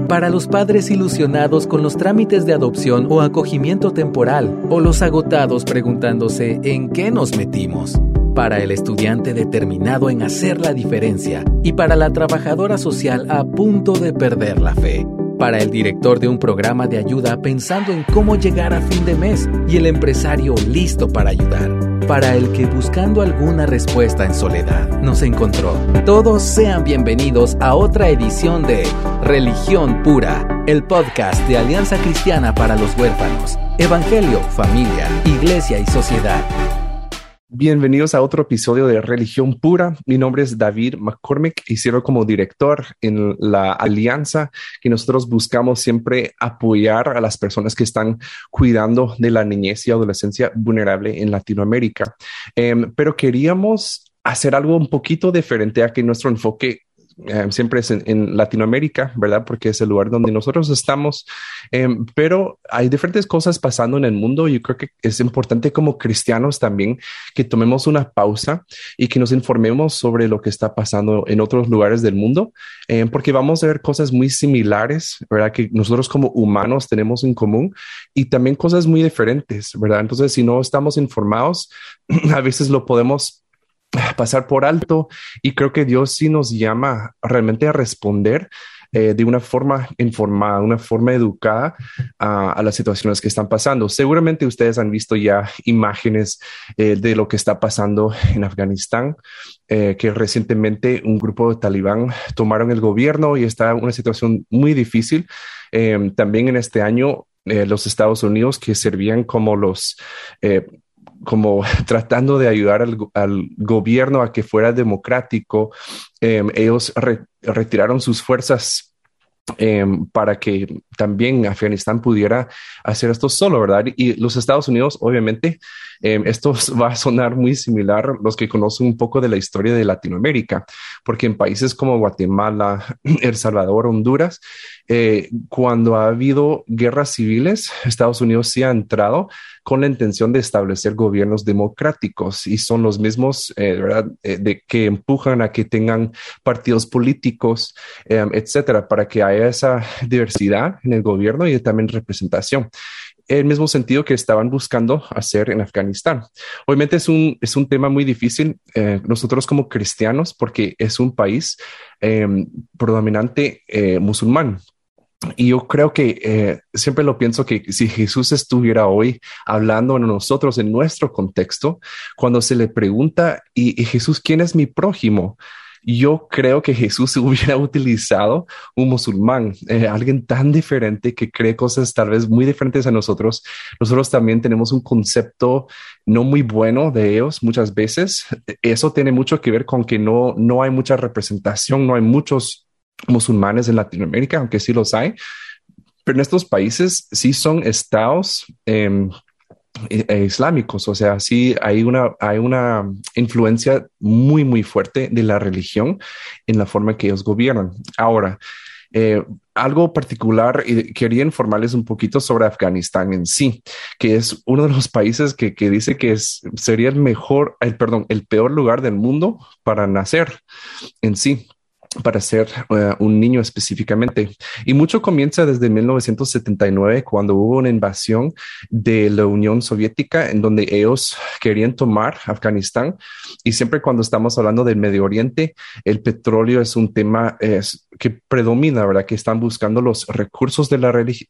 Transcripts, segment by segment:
Para los padres ilusionados con los trámites de adopción o acogimiento temporal, o los agotados preguntándose ¿en qué nos metimos? Para el estudiante determinado en hacer la diferencia y para la trabajadora social a punto de perder la fe. Para el director de un programa de ayuda pensando en cómo llegar a fin de mes y el empresario listo para ayudar. Para el que buscando alguna respuesta en soledad nos encontró. Todos sean bienvenidos a otra edición de Religión Pura, el podcast de Alianza Cristiana para los Huérfanos. Evangelio, familia, iglesia y sociedad. Bienvenidos a otro episodio de Religión Pura. Mi nombre es David McCormick y sirvo como director en la alianza que nosotros buscamos siempre apoyar a las personas que están cuidando de la niñez y adolescencia vulnerable en Latinoamérica. Pero queríamos hacer algo un poquito diferente a que nuestro enfoque siempre es en Latinoamérica, ¿verdad? Porque es el lugar donde nosotros estamos, pero hay diferentes cosas pasando en el mundo. Yo creo que es importante como cristianos también que tomemos una pausa y que nos informemos sobre lo que está pasando en otros lugares del mundo, porque vamos a ver cosas muy similares, ¿verdad? Que nosotros como humanos tenemos en común y también cosas muy diferentes, ¿verdad? Entonces, si no estamos informados, a veces lo podemos pasar por alto y creo que Dios sí nos llama realmente a responder de una forma informada, una forma educada a las situaciones que están pasando. Seguramente ustedes han visto ya imágenes de lo que está pasando en Afganistán, que recientemente un grupo de talibán tomaron el gobierno y está una situación muy difícil. También en este año los Estados Unidos, que servían como como tratando de ayudar al gobierno a que fuera democrático, ellos retiraron sus fuerzas para que también Afganistán pudiera hacer esto solo, ¿verdad? Y los Estados Unidos, obviamente, esto va a sonar muy similar a los que conocen un poco de la historia de Latinoamérica, porque en países como Guatemala, El Salvador, Honduras, cuando ha habido guerras civiles, Estados Unidos sí ha entrado con la intención de establecer gobiernos democráticos y son los mismos, ¿verdad? De que empujan a que tengan partidos políticos, etcétera, para que haya esa diversidad en el gobierno y también representación. El mismo sentido que estaban buscando hacer en Afganistán. Obviamente es un tema muy difícil nosotros como cristianos porque es un país predominante musulmán. Y yo creo que siempre lo pienso que si Jesús estuviera hoy hablando a nosotros en nuestro contexto, cuando se le pregunta, y Jesús, ¿quién es mi prójimo? Yo creo que Jesús hubiera utilizado un musulmán, alguien tan diferente que cree cosas tal vez muy diferentes a nosotros. Nosotros también tenemos un concepto no muy bueno de ellos muchas veces. Eso tiene mucho que ver con que no hay mucha representación, no hay muchos musulmanes en Latinoamérica, aunque sí los hay, pero en estos países sí son estados islámicos, o sea, sí hay una influencia muy, muy fuerte de la religión en la forma que ellos gobiernan. Ahora, algo particular, y quería informarles un poquito sobre Afganistán en sí, que es uno de los países que dice que sería el peor lugar del mundo para nacer en sí, para ser un niño específicamente. Y mucho comienza desde 1979, cuando hubo una invasión de la Unión Soviética en donde ellos querían tomar Afganistán. Y siempre cuando estamos hablando del Medio Oriente, el petróleo es un tema que predomina, ¿verdad? Que están buscando los recursos de la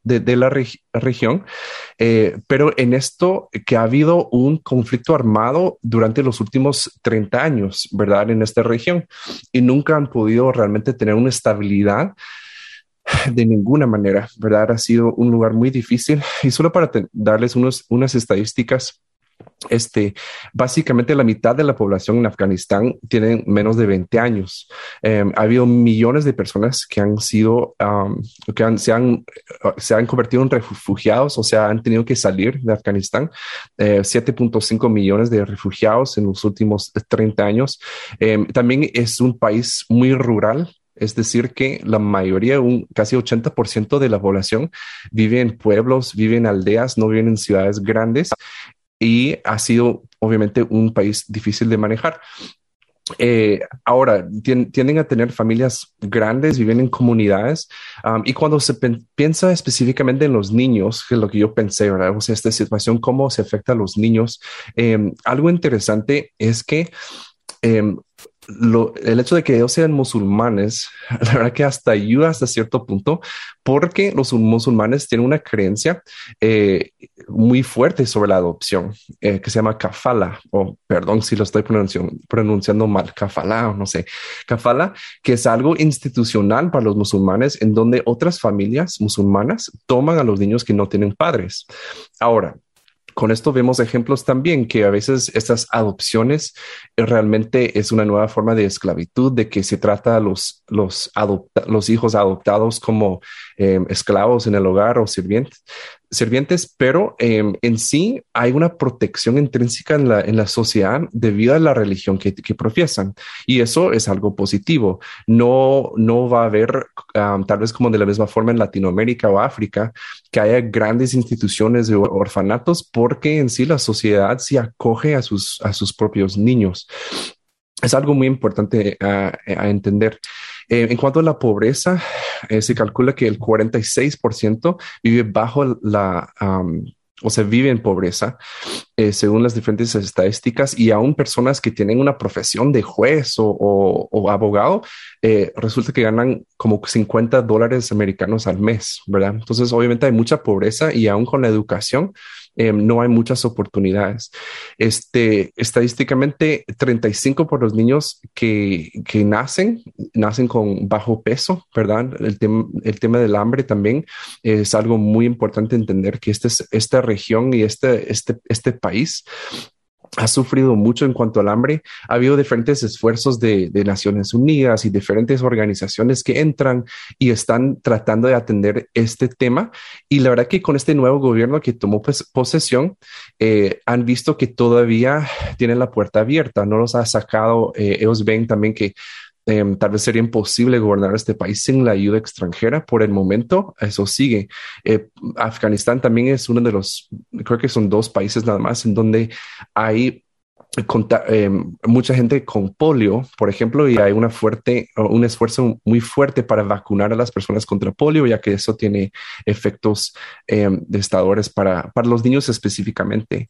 región. Pero en esto que ha habido un conflicto armado durante los últimos 30 años, ¿verdad? En esta región. Y nunca han podido realmente tener una estabilidad de ninguna manera, ¿verdad? Ha sido un lugar muy difícil. Y solo para darles unas estadísticas, básicamente la mitad de la población en Afganistán tienen menos de 20 años. Ha habido millones de personas que han sido, se han convertido en refugiados, o sea, han tenido que salir de Afganistán. 7.5 millones de refugiados en los últimos 30 años. También es un país muy rural. Es decir, que la mayoría, casi 80% de la población vive en pueblos, vive en aldeas, no viven en ciudades grandes. Y ha sido obviamente un país difícil de manejar. Ahora, tienden a tener familias grandes, viven en comunidades, y cuando se piensa específicamente en los niños, que es lo que yo pensé, ¿verdad? O sea, esta situación, cómo se afecta a los niños. Algo interesante es que em, el hecho de que ellos sean musulmanes, la verdad que hasta ayuda hasta cierto punto, porque los musulmanes tienen una creencia eh, muy fuerte sobre la adopción, que se llama kafala, o perdón si lo estoy pronunciando mal, kafala, o no sé, kafala, que es algo institucional para los musulmanes, en donde otras familias musulmanas toman a los niños que no tienen padres. Ahora, con esto vemos ejemplos también que a veces estas adopciones realmente es una nueva forma de esclavitud, de que se trata a los hijos adoptados como esclavos en el hogar o sirvientes, pero en sí hay una protección intrínseca en la sociedad debido a la religión que profesan. Y eso es algo positivo. No va a haber, tal vez como de la misma forma en Latinoamérica o África, que haya grandes instituciones de orfanatos, porque en sí la sociedad sí acoge a sus propios niños. Es algo muy importante a entender. En cuanto a la pobreza, se calcula que el 46% vive bajo o sea, vive en pobreza, según las diferentes estadísticas, y aún personas que tienen una profesión de juez o abogado, resulta que ganan como $50 americanos al mes, ¿verdad? Entonces, obviamente hay mucha pobreza y aún con la educación, no hay muchas oportunidades. Estadísticamente, 35 por los niños que nacen con bajo peso, ¿verdad? El tema del hambre también es algo muy importante entender que esta región y este país ha sufrido mucho en cuanto al hambre. Ha habido diferentes esfuerzos de Naciones Unidas y diferentes organizaciones que entran y están tratando de atender este tema. Y la verdad que con este nuevo gobierno que tomó posesión, han visto que todavía tienen la puerta abierta, no los ha sacado. Ellos ven también que tal vez sería imposible gobernar este país sin la ayuda extranjera. Por el momento, eso sigue. Afganistán también es uno de creo que son 2 países nada más en donde hay mucha gente con polio, por ejemplo, y hay un esfuerzo muy fuerte para vacunar a las personas contra polio, ya que eso tiene efectos devastadores para los niños específicamente.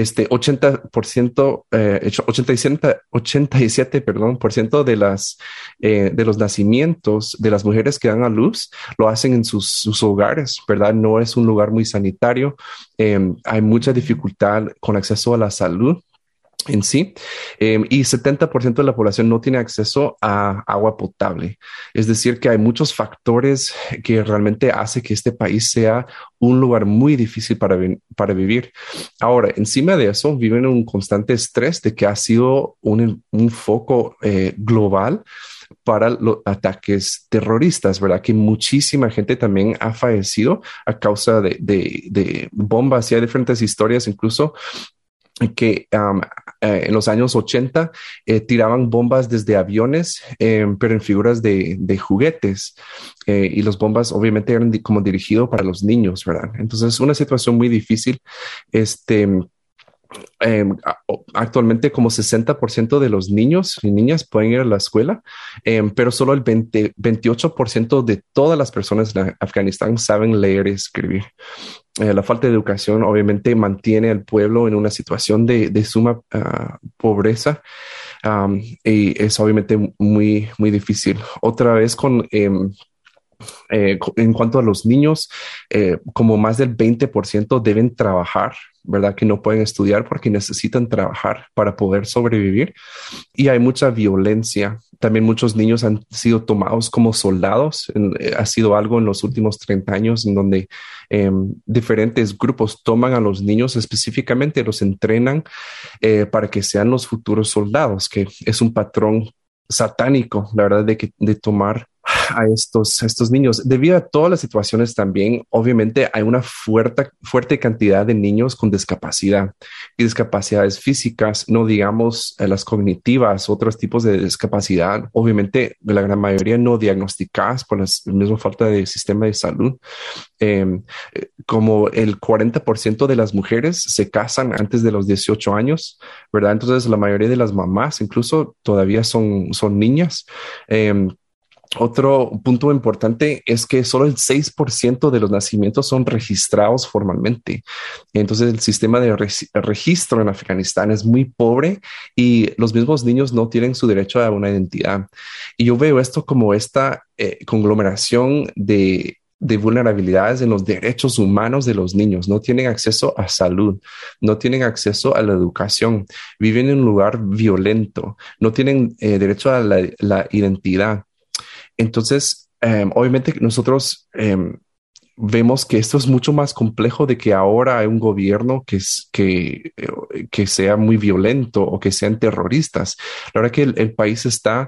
80%, 87, perdón, por ciento de los nacimientos de las mujeres que dan a luz lo hacen en sus hogares, ¿verdad? No es un lugar muy sanitario. Hay mucha dificultad con acceso a la salud en sí, y 70% de la población no tiene acceso a agua potable. Es decir, que hay muchos factores que realmente hace que este país sea un lugar muy difícil para vivir. Ahora, encima de eso, viven en un constante estrés de que ha sido un foco global para los ataques terroristas, ¿verdad? Que muchísima gente también ha fallecido a causa de bombas, y hay diferentes historias incluso que en los años 80 tiraban bombas desde aviones, pero en figuras de juguetes. Y las bombas obviamente eran como dirigido para los niños, ¿verdad? Entonces, una situación muy difícil. Este, Actualmente como 60% de los niños y niñas pueden ir a la escuela, pero solo el 28% de todas las personas en Afganistán saben leer y escribir. La falta de educación obviamente mantiene al pueblo en una situación de suma pobreza, y es obviamente muy, muy difícil. Otra vez en cuanto a los niños, como más del 20% deben trabajar, ¿verdad? Que no pueden estudiar porque necesitan trabajar para poder sobrevivir. Y hay mucha violencia. También muchos niños han sido tomados como soldados. Ha sido algo en los últimos 30 años en donde diferentes grupos toman a los niños, específicamente los entrenan para que sean los futuros soldados, que es un patrón satánico, la verdad, de tomar a estos niños. Debido a todas las situaciones también, obviamente hay una fuerte cantidad de niños con discapacidad y discapacidades físicas, no digamos las cognitivas, otros tipos de discapacidad, obviamente la gran mayoría no diagnosticadas por la misma falta de sistema de salud. Eh, Como el 40% de las mujeres se casan antes de los 18 años, ¿verdad? Entonces la mayoría de las mamás incluso todavía son niñas. Otro punto importante es que solo el 6% de los nacimientos son registrados formalmente. Entonces, el sistema de registro en Afganistán es muy pobre y los mismos niños no tienen su derecho a una identidad. Y yo veo esto como esta conglomeración de vulnerabilidades en los derechos humanos de los niños. No tienen acceso a salud, no tienen acceso a la educación, viven en un lugar violento, no tienen derecho a la identidad. Entonces, obviamente nosotros vemos que esto es mucho más complejo de que ahora hay un gobierno que sea muy violento o que sean terroristas. La verdad que el país está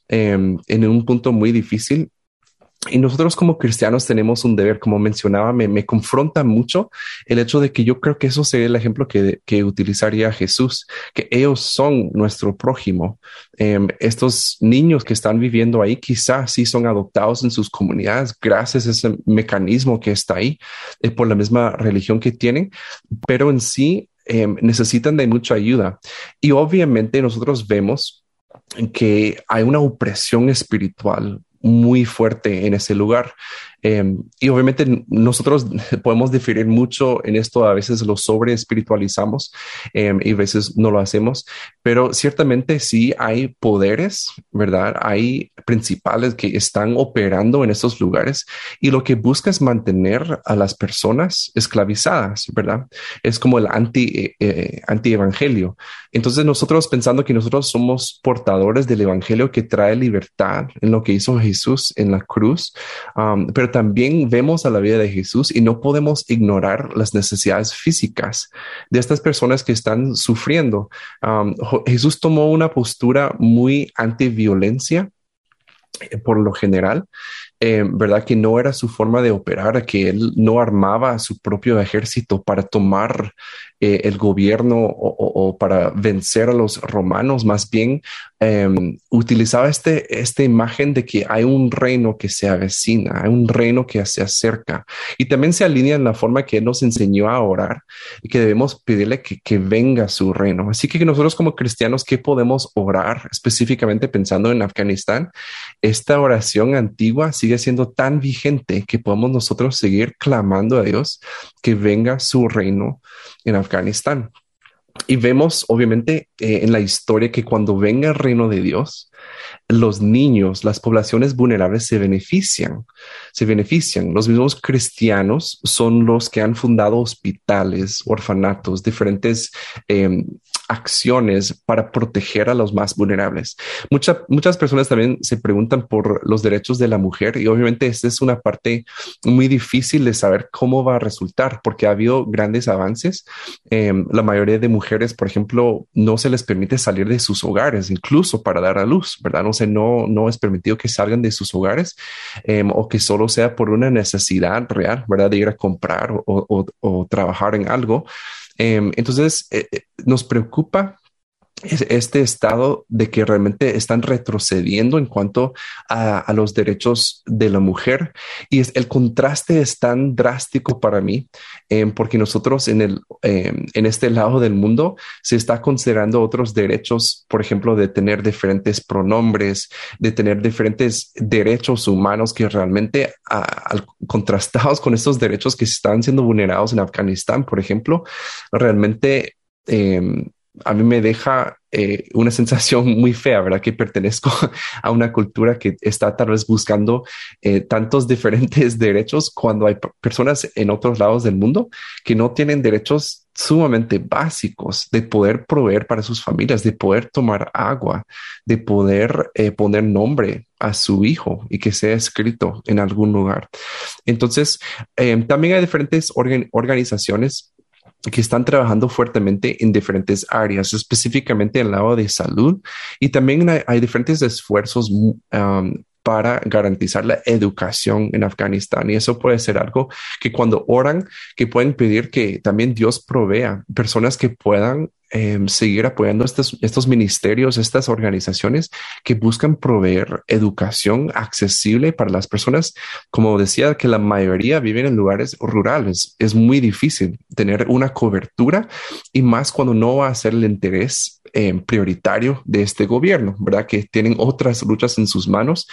en un punto muy difícil. Y nosotros como cristianos tenemos un deber, como mencionaba, me confronta mucho el hecho de que yo creo que eso sería el ejemplo que utilizaría Jesús, que ellos son nuestro prójimo. Estos niños que están viviendo ahí quizás sí son adoptados en sus comunidades gracias a ese mecanismo que está ahí por la misma religión que tienen, pero en sí necesitan de mucha ayuda. Y obviamente nosotros vemos que hay una opresión espiritual muy fuerte en ese lugar. Y obviamente nosotros podemos diferir mucho en esto, a veces lo sobre espiritualizamos y a veces no lo hacemos, pero ciertamente sí hay poderes, ¿verdad? Hay principales que están operando en estos lugares y lo que busca es mantener a las personas esclavizadas, ¿verdad? Es como el anti-evangelio. Entonces nosotros pensando que nosotros somos portadores del evangelio que trae libertad en lo que hizo Jesús en la cruz, pero también vemos a la vida de Jesús y no podemos ignorar las necesidades físicas de estas personas que están sufriendo. Jesús tomó una postura muy anti-violencia por lo general, ¿verdad? Que no era su forma de operar, que él no armaba su propio ejército para tomar el gobierno o para vencer a los romanos, más bien utilizaba esta imagen de que hay un reino que se avecina, hay un reino que se acerca y también se alinea en la forma que él nos enseñó a orar y que debemos pedirle que venga su reino. Así que nosotros como cristianos, ¿qué podemos orar específicamente pensando en Afganistán? Esta oración antigua sigue siendo tan vigente que podemos nosotros seguir clamando a Dios que venga su reino en Afganistán. Y vemos, obviamente, en la historia que cuando venga el reino de Dios, los niños, las poblaciones vulnerables se benefician. Los mismos cristianos son los que han fundado hospitales, orfanatos, diferentes acciones para proteger a los más vulnerables. Muchas personas también se preguntan por los derechos de la mujer y obviamente esta es una parte muy difícil de saber cómo va a resultar porque ha habido grandes avances. La mayoría de mujeres, por ejemplo, no se les permite salir de sus hogares, incluso para dar a luz, ¿verdad? No es permitido que salgan de sus hogares o que solo sea por una necesidad real, ¿verdad? De ir a comprar o trabajar en algo. Entonces, nos preocupa este estado de que realmente están retrocediendo en cuanto a los derechos de la mujer. Y el contraste es tan drástico para mí porque nosotros en este lado del mundo se está considerando otros derechos, por ejemplo, de tener diferentes pronombres, de tener diferentes derechos humanos que realmente contrastados con estos derechos que están siendo vulnerados en Afganistán, por ejemplo, realmente a mí me deja una sensación muy fea, ¿verdad? Que pertenezco a una cultura que está tal vez buscando tantos diferentes derechos cuando hay personas en otros lados del mundo que no tienen derechos sumamente básicos de poder proveer para sus familias, de poder tomar agua, de poder poner nombre a su hijo y que sea escrito en algún lugar. Entonces, también hay diferentes organizaciones que están trabajando fuertemente en diferentes áreas, específicamente en el lado de salud. Y también hay diferentes esfuerzos para garantizar la educación en Afganistán. Y eso puede ser algo que cuando oran, que pueden pedir que también Dios provea personas que puedan seguir apoyando estos ministerios, estas organizaciones que buscan proveer educación accesible para las personas. Como decía, que la mayoría viven en lugares rurales. Es muy difícil tener una cobertura y más cuando no va a ser el interés prioritario de este gobierno, ¿verdad? Que tienen otras luchas en sus manos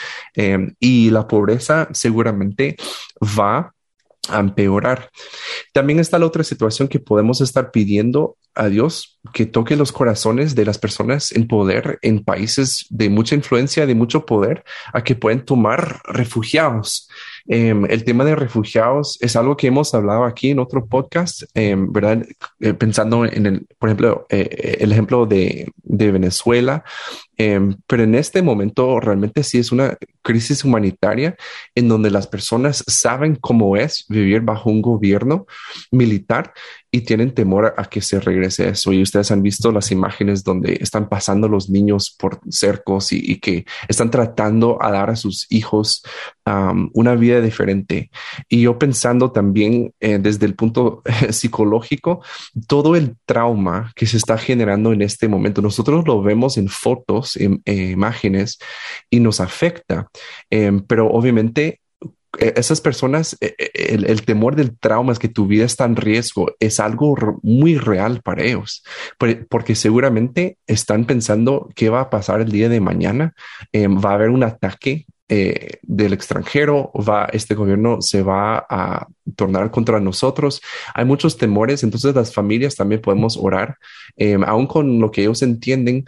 y la pobreza seguramente va a empeorar. También está la otra situación que podemos estar pidiendo a Dios que toque los corazones de las personas en poder en países de mucha influencia, de mucho poder, a que pueden tomar refugiados. El tema de refugiados es algo que hemos hablado aquí en otro podcast, ¿verdad? Pensando en por ejemplo, el ejemplo de Venezuela. Pero en este momento realmente sí es una crisis humanitaria en donde las personas saben cómo es vivir bajo un gobierno militar y tienen temor a que se regrese eso. Y ustedes han visto las imágenes donde están pasando los niños por cercos y que están tratando a dar a sus hijos una vida diferente. Y yo pensando también desde el punto psicológico, todo el trauma que se está generando en este momento, nosotros lo vemos en fotos, en imágenes y nos afecta. Pero obviamente esas personas, el temor del trauma es que tu vida está en riesgo, es algo muy real para ellos, porque seguramente están pensando qué va a pasar el día de mañana. Va a haber un ataque del extranjero, este gobierno se va a tornar contra nosotros. Hay muchos temores, entonces las familias también podemos orar, aún con lo que ellos entienden,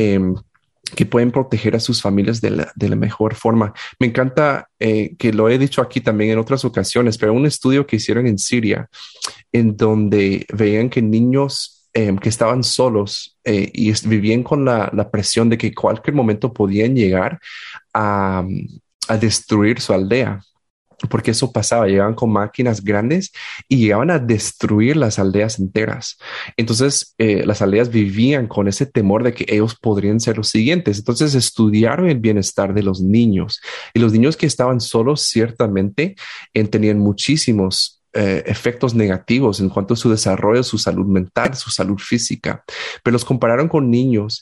que pueden proteger a sus familias de la mejor forma. Me encanta que lo he dicho aquí también en otras ocasiones, pero un estudio que hicieron en Siria, en donde veían que niños que estaban solos y vivían con la presión de que cualquier momento podían llegar a destruir su aldea. Porque eso pasaba, llegaban con máquinas grandes y llegaban a destruir las aldeas enteras. Entonces, las aldeas vivían con ese temor de que ellos podrían ser los siguientes. Entonces, estudiaron el bienestar de los niños y los niños que estaban solos ciertamente tenían muchísimos efectos negativos en cuanto a su desarrollo, su salud mental, su salud física, pero los compararon con niños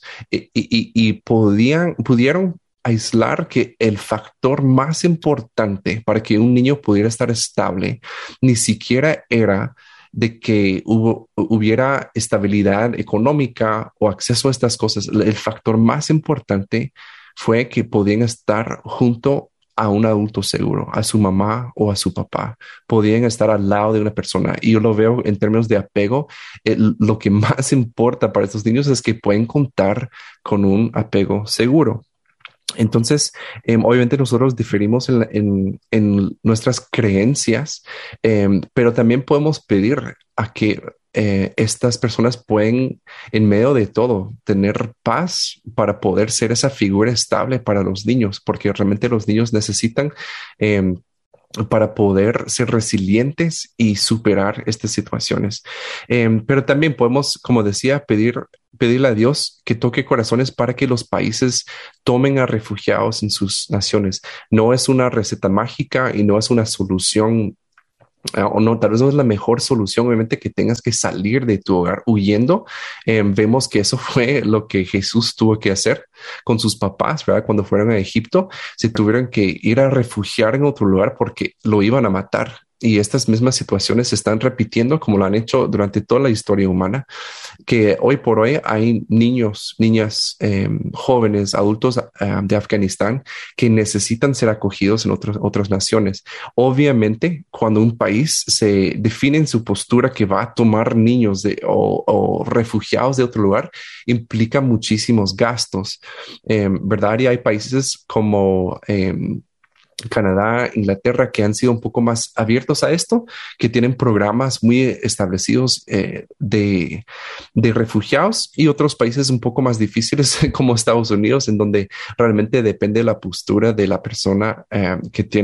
y pudieron aislar que el factor más importante para que un niño pudiera estar estable ni siquiera era de que hubiera estabilidad económica o acceso a estas cosas. El factor más importante fue que podían estar junto a un adulto seguro, a su mamá o a su papá. Podían estar al lado de una persona. Y yo lo veo en términos de apego. Lo que más importa para estos niños es que pueden contar con un apego seguro. Entonces, obviamente nosotros diferimos en nuestras creencias, pero también podemos pedir a que estas personas pueden, en medio de todo, tener paz para poder ser esa figura estable para los niños, porque realmente los niños necesitan para poder ser resilientes y superar estas situaciones. Pero también podemos, como decía, pedirle a Dios que toque corazones para que los países tomen a refugiados en sus naciones. No es una receta mágica y no es una solución. O no, tal vez no es la mejor solución, obviamente, que tengas que salir de tu hogar huyendo. Vemos que eso fue lo que Jesús tuvo que hacer con sus papás, ¿verdad? Cuando fueron a Egipto, se tuvieron que ir a refugiar en otro lugar porque lo iban a matar. Y estas mismas situaciones se están repitiendo como lo han hecho durante toda la historia humana, que hoy por hoy hay niños, niñas, jóvenes, adultos de Afganistán que necesitan ser acogidos en otras naciones. Obviamente, cuando un país se define en su postura que va a tomar niños o refugiados de otro lugar, implica muchísimos gastos, ¿verdad? Y hay países como Canadá, Inglaterra, que han sido un poco más abiertos a esto, que tienen programas muy establecidos de refugiados, y otros países un poco más difíciles como Estados Unidos, en donde realmente depende de la postura de la persona que tiene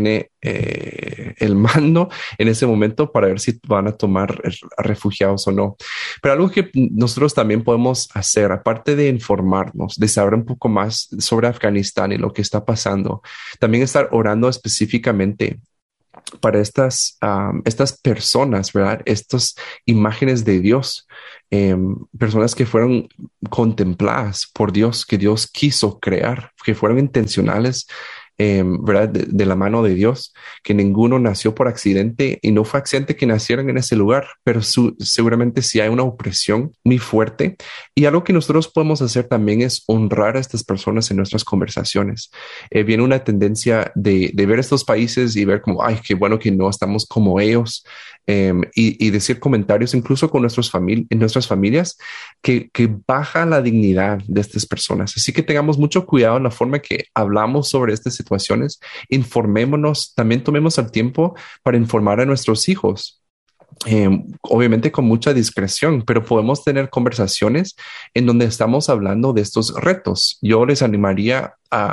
el mando en ese momento para ver si van a tomar refugiados o no. Pero algo que nosotros también podemos hacer, aparte de informarnos, de saber un poco más sobre Afganistán y lo que está pasando, también estar orando específicamente para estas personas, ¿verdad? Estas imágenes de Dios, personas que fueron contempladas por Dios, que Dios quiso crear, que fueron intencionales, ¿verdad? De la mano de Dios, que ninguno nació por accidente y no fue accidente que nacieran en ese lugar, pero seguramente sí hay una opresión muy fuerte. Y algo que nosotros podemos hacer también es honrar a estas personas en nuestras conversaciones. Viene una tendencia de ver estos países y ver como, ay, qué bueno que no estamos como ellos, y decir comentarios incluso con en nuestras familias que baja la dignidad de estas personas. Así que tengamos mucho cuidado en la forma que hablamos sobre estas situaciones, informémonos, también tomemos el tiempo para informar a nuestros hijos. Obviamente con mucha discreción, pero podemos tener conversaciones en donde estamos hablando de estos retos. Yo les animaría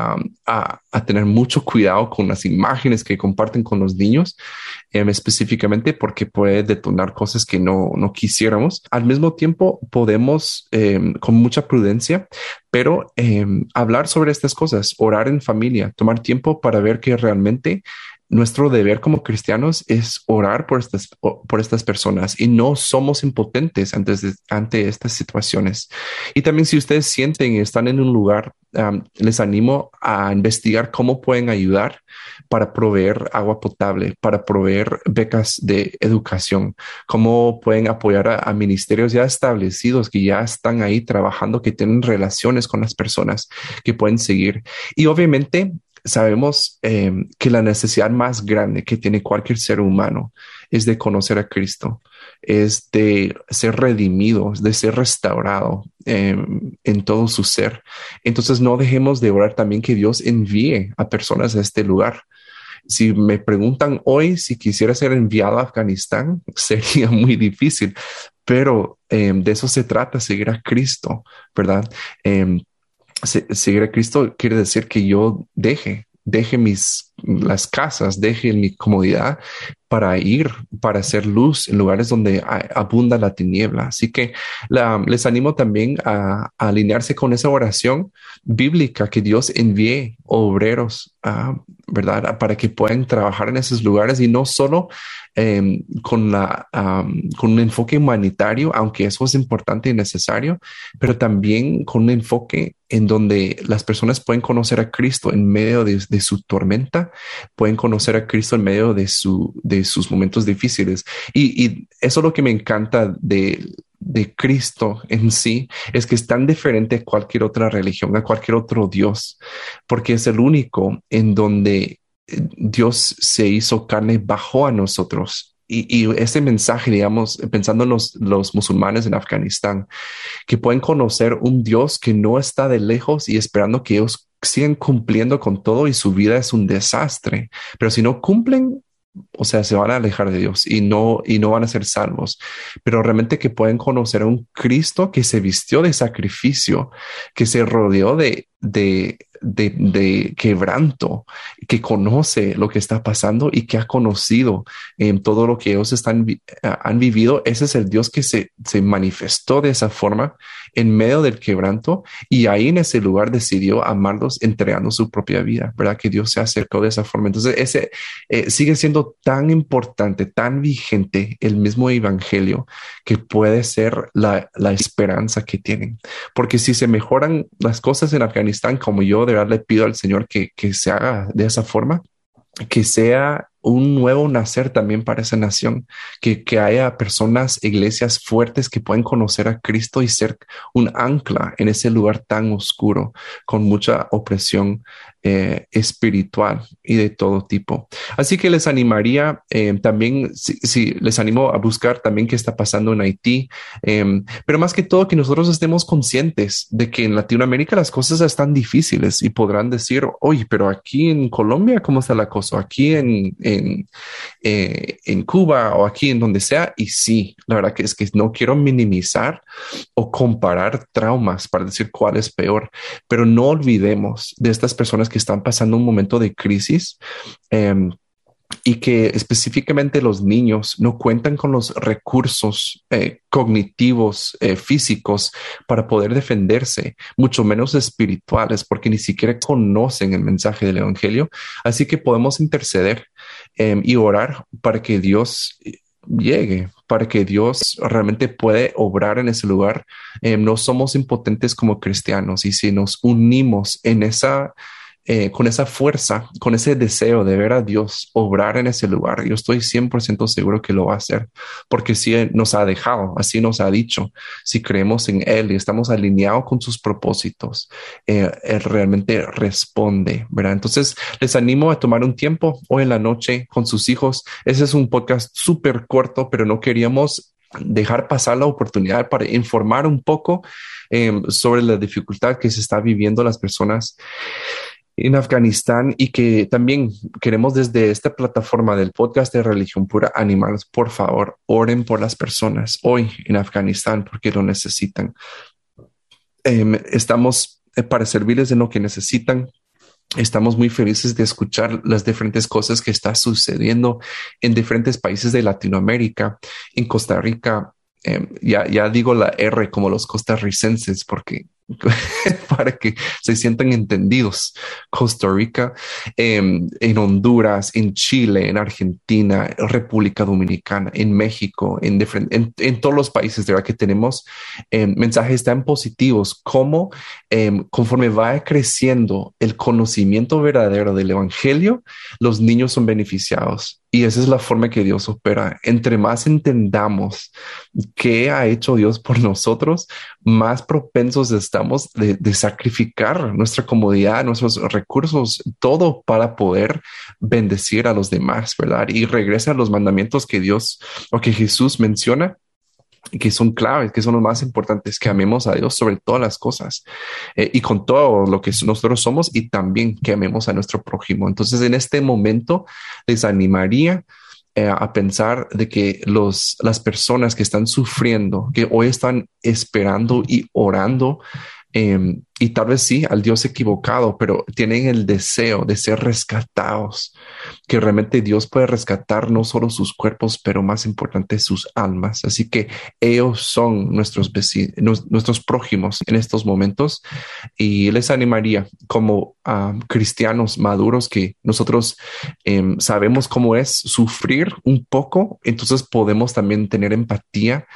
a tener mucho cuidado con las imágenes que comparten con los niños, específicamente porque puede detonar cosas que no quisiéramos. Al mismo tiempo, podemos, con mucha prudencia, pero hablar sobre estas cosas, orar en familia, tomar tiempo para ver que realmente nuestro deber como cristianos es orar por estas personas y no somos impotentes ante estas situaciones. Y también si ustedes sienten y están en un lugar, les animo a investigar cómo pueden ayudar para proveer agua potable, para proveer becas de educación, cómo pueden apoyar a ministerios ya establecidos que ya están ahí trabajando, que tienen relaciones con las personas que pueden seguir. Y obviamente sabemos que la necesidad más grande que tiene cualquier ser humano es de conocer a Cristo, es de ser redimido, es de ser restaurado en todo su ser. Entonces no dejemos de orar también que Dios envíe a personas a este lugar. Si me preguntan hoy si quisiera ser enviado a Afganistán, sería muy difícil, pero de eso se trata, seguir a Cristo, ¿verdad? Seguir a Cristo quiere decir que yo deje las casas, deje mi comodidad para ir, para hacer luz en lugares donde abunda la tiniebla. Así que les animo también a alinearse con esa oración bíblica, que Dios envíe obreros, ¿verdad? Para que puedan trabajar en esos lugares y no solo con un enfoque humanitario, aunque eso es importante y necesario, pero también con un enfoque en donde las personas pueden conocer a Cristo en medio de su tormenta, pueden conocer a Cristo en medio de sus momentos difíciles. Y eso es lo que me encanta de Cristo en sí, es que es tan diferente a cualquier otra religión, a cualquier otro Dios, porque es el único en donde Dios se hizo carne, bajó a nosotros. Y ese mensaje, digamos, pensando en los musulmanes en Afganistán, que pueden conocer un Dios que no está de lejos y esperando que ellos sigan cumpliendo con todo y su vida es un desastre. Pero si no cumplen, o sea, se van a alejar de Dios y no van a ser salvos, pero realmente que pueden conocer a un Cristo que se vistió de sacrificio, que se rodeó de quebranto, que conoce lo que está pasando y que ha conocido en todo lo que ellos han vivido. Ese es el Dios que se manifestó de esa forma en medio del quebranto, y ahí en ese lugar decidió amarlos entregando su propia vida, ¿verdad? Que Dios se acercó de esa forma. Entonces ese sigue siendo tan importante, tan vigente el mismo evangelio, que puede ser la esperanza que tienen. Porque si se mejoran las cosas en Afganistán, como yo de verdad le pido al Señor que se haga de esa forma, que sea un nuevo nacer también para esa nación, que haya personas, iglesias fuertes que puedan conocer a Cristo y ser un ancla en ese lugar tan oscuro, con mucha opresión espiritual y de todo tipo. Así que les animaría también, les animo a buscar también qué está pasando en Haití, pero más que todo que nosotros estemos conscientes de que en Latinoamérica las cosas están difíciles y podrán decir, oye, pero aquí en Colombia, ¿cómo está la cosa? Aquí en Cuba o aquí en donde sea. Y sí, la verdad que es que no quiero minimizar o comparar traumas para decir cuál es peor, pero no olvidemos de estas personas que están pasando un momento de crisis. y que específicamente los niños no cuentan con los recursos cognitivos, físicos para poder defenderse, mucho menos espirituales, porque ni siquiera conocen el mensaje del Evangelio. Así que podemos interceder y orar para que Dios llegue, para que Dios realmente puede obrar en ese lugar. No somos impotentes como cristianos, y si nos unimos en con esa fuerza, con ese deseo de ver a Dios obrar en ese lugar, yo estoy 100% seguro que lo va a hacer, porque si Él nos ha dejado, así nos ha dicho, si creemos en Él y estamos alineados con sus propósitos, Él realmente responde, ¿verdad? Entonces les animo a tomar un tiempo hoy en la noche con sus hijos. Ese es un podcast súper corto, pero no queríamos dejar pasar la oportunidad para informar un poco sobre la dificultad que se está viviendo las personas en Afganistán, y que también queremos desde esta plataforma del podcast de Religión Pura animarlos, por favor, oren por las personas hoy en Afganistán porque lo necesitan. Estamos para servirles en lo que necesitan. Estamos muy felices de escuchar las diferentes cosas que está sucediendo en diferentes países de Latinoamérica, en Costa Rica. Ya digo la R como los costarricenses porque para que se sientan entendidos. Costa Rica, en Honduras, en Chile, en Argentina, República Dominicana, en México, en todos los países, de verdad que tenemos mensajes tan positivos como conforme va creciendo el conocimiento verdadero del Evangelio, los niños son beneficiados. Y esa es la forma que Dios opera. Entre más entendamos qué ha hecho Dios por nosotros, más propensos estamos de sacrificar nuestra comodidad, nuestros recursos, todo para poder bendecir a los demás, ¿verdad? Y regresa a los mandamientos que Dios o que Jesús menciona, que son claves, que son los más importantes, que amemos a Dios sobre todas las cosas y con todo lo que nosotros somos, y también que amemos a nuestro prójimo. Entonces, en este momento les animaría a pensar de que las personas que están sufriendo, que hoy están esperando y orando, y tal vez sí al Dios equivocado, pero tienen el deseo de ser rescatados, que realmente Dios puede rescatar no solo sus cuerpos, pero más importante sus almas. Así que ellos son nuestros vecinos, nuestros prójimos en estos momentos, y les animaría como cristianos maduros que nosotros sabemos cómo es sufrir un poco, entonces podemos también tener empatía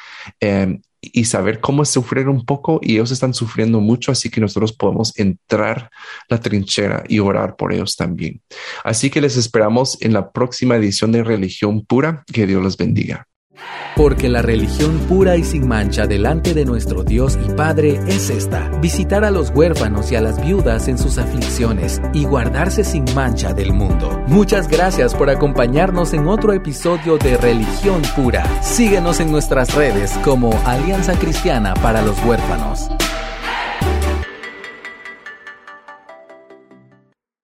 y saber cómo es sufrir un poco, y ellos están sufriendo mucho, así que nosotros podemos entrar la trinchera y orar por ellos también. Así que les esperamos en la próxima edición de Religión Pura. Que Dios los bendiga. Porque la religión pura y sin mancha delante de nuestro Dios y Padre es esta: visitar a los huérfanos y a las viudas en sus aflicciones y guardarse sin mancha del mundo. Muchas gracias por acompañarnos en otro episodio de Religión Pura. Síguenos en nuestras redes como Alianza Cristiana para los Huérfanos.